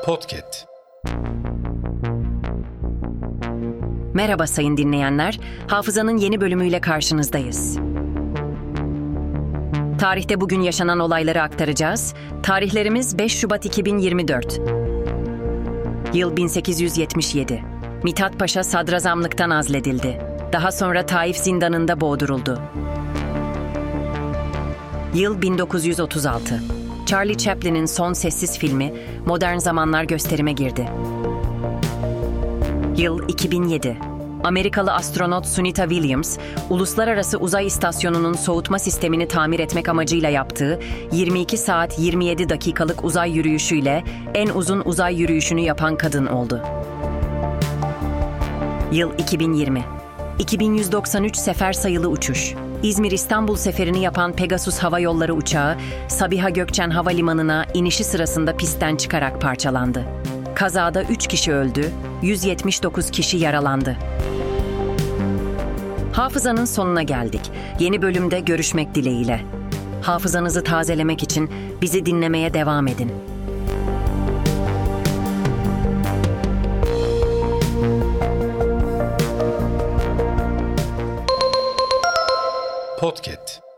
Podcast. Merhaba sayın dinleyenler, Hafızanın yeni bölümüyle karşınızdayız. Tarihte bugün yaşanan olayları aktaracağız. Tarihlerimiz 5 Şubat 2024. Yıl 1877. Mithat Paşa sadrazamlıktan azledildi. Daha sonra Taif zindanında boğduruldu. Yıl 1936. Charlie Chaplin'in son sessiz filmi Modern Zamanlar gösterime girdi. Yıl 2007. Amerikalı astronot Sunita Williams, Uluslararası Uzay İstasyonu'nun soğutma sistemini tamir etmek amacıyla yaptığı 22 saat 27 dakikalık uzay yürüyüşüyle en uzun uzay yürüyüşünü yapan kadın oldu. Yıl 2020. 2193 sefer sayılı uçuş. İzmir-İstanbul seferini yapan Pegasus Hava Yolları uçağı, Sabiha Gökçen Havalimanı'na inişi sırasında pistten çıkarak parçalandı. Kazada 3 kişi öldü, 179 kişi yaralandı. Hafızanın sonuna geldik. Yeni bölümde görüşmek dileğiyle. Hafızanızı tazelemek için bizi dinlemeye devam edin. Podcast.